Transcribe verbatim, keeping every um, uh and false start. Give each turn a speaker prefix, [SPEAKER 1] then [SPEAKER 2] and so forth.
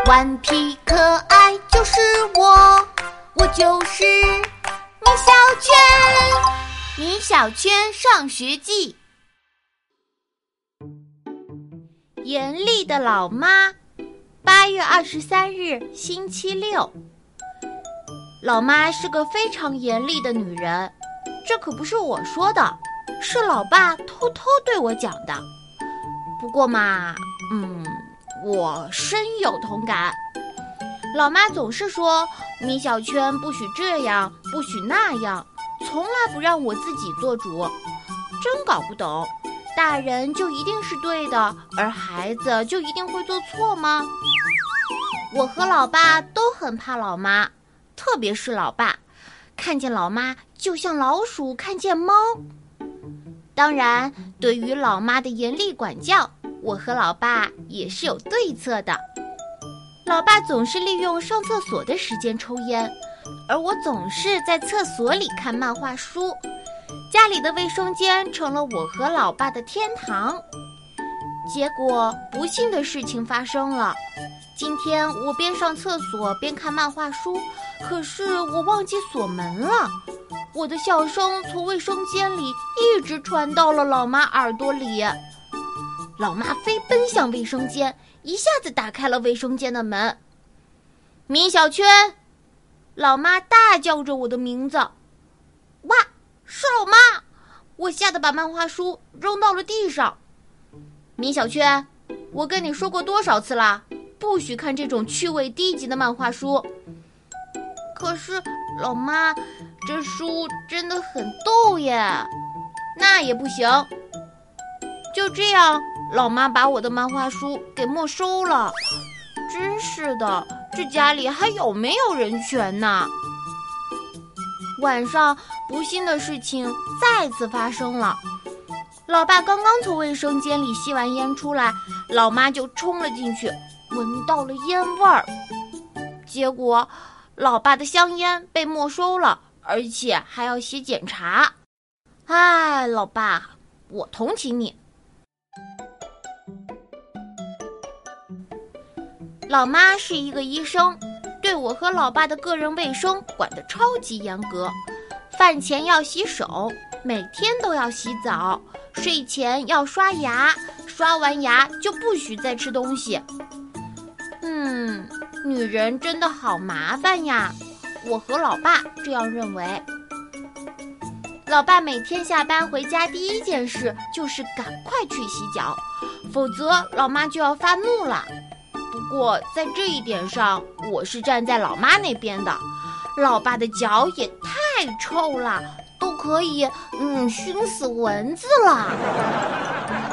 [SPEAKER 1] 顽皮可爱就是我，我就是米小圈。米小圈上学记。严厉的老妈，八月二十三日，星期六。老妈是个非常严厉的女人，这可不是我说的，是老爸偷偷对我讲的。不过嘛，嗯，我深有同感。老妈总是说米小圈不许这样，不许那样，从来不让我自己做主。真搞不懂，大人就一定是对的，而孩子就一定会做错吗？我和老爸都很怕老妈，特别是老爸，看见老妈就像老鼠看见猫。当然，对于老妈的严厉管教，我和老爸也是有对策的。老爸总是利用上厕所的时间抽烟，而我总是在厕所里看漫画书。家里的卫生间成了我和老爸的天堂。结果不幸的事情发生了。今天我边上厕所边看漫画书，可是我忘记锁门了。我的笑声从卫生间里一直传到了老妈耳朵里。老妈飞奔向卫生间，一下子打开了卫生间的门。米小圈，老妈大叫着我的名字。哇，是老妈！我吓得把漫画书扔到了地上。米小圈，我跟你说过多少次了，不许看这种趣味低级的漫画书。可是老妈，这书真的很逗耶。那也不行。就这样，老妈把我的漫画书给没收了。真是的，这家里还有没有人权呢？晚上，不幸的事情再次发生了。老爸刚刚从卫生间里吸完烟出来，老妈就冲了进去，闻到了烟味儿。结果，老爸的香烟被没收了，而且还要写检查。唉，老爸，我同情你。老妈是一个医生，对我和老爸的个人卫生管得超级严格。饭前要洗手，每天都要洗澡，睡前要刷牙，刷完牙就不许再吃东西。嗯，女人真的好麻烦呀，我和老爸这样认为。老爸每天下班回家第一件事就是赶快去洗脚，否则老妈就要发怒了。不过在这一点上，我是站在老妈那边的。老爸的脚也太臭了，都可以嗯熏死蚊子了。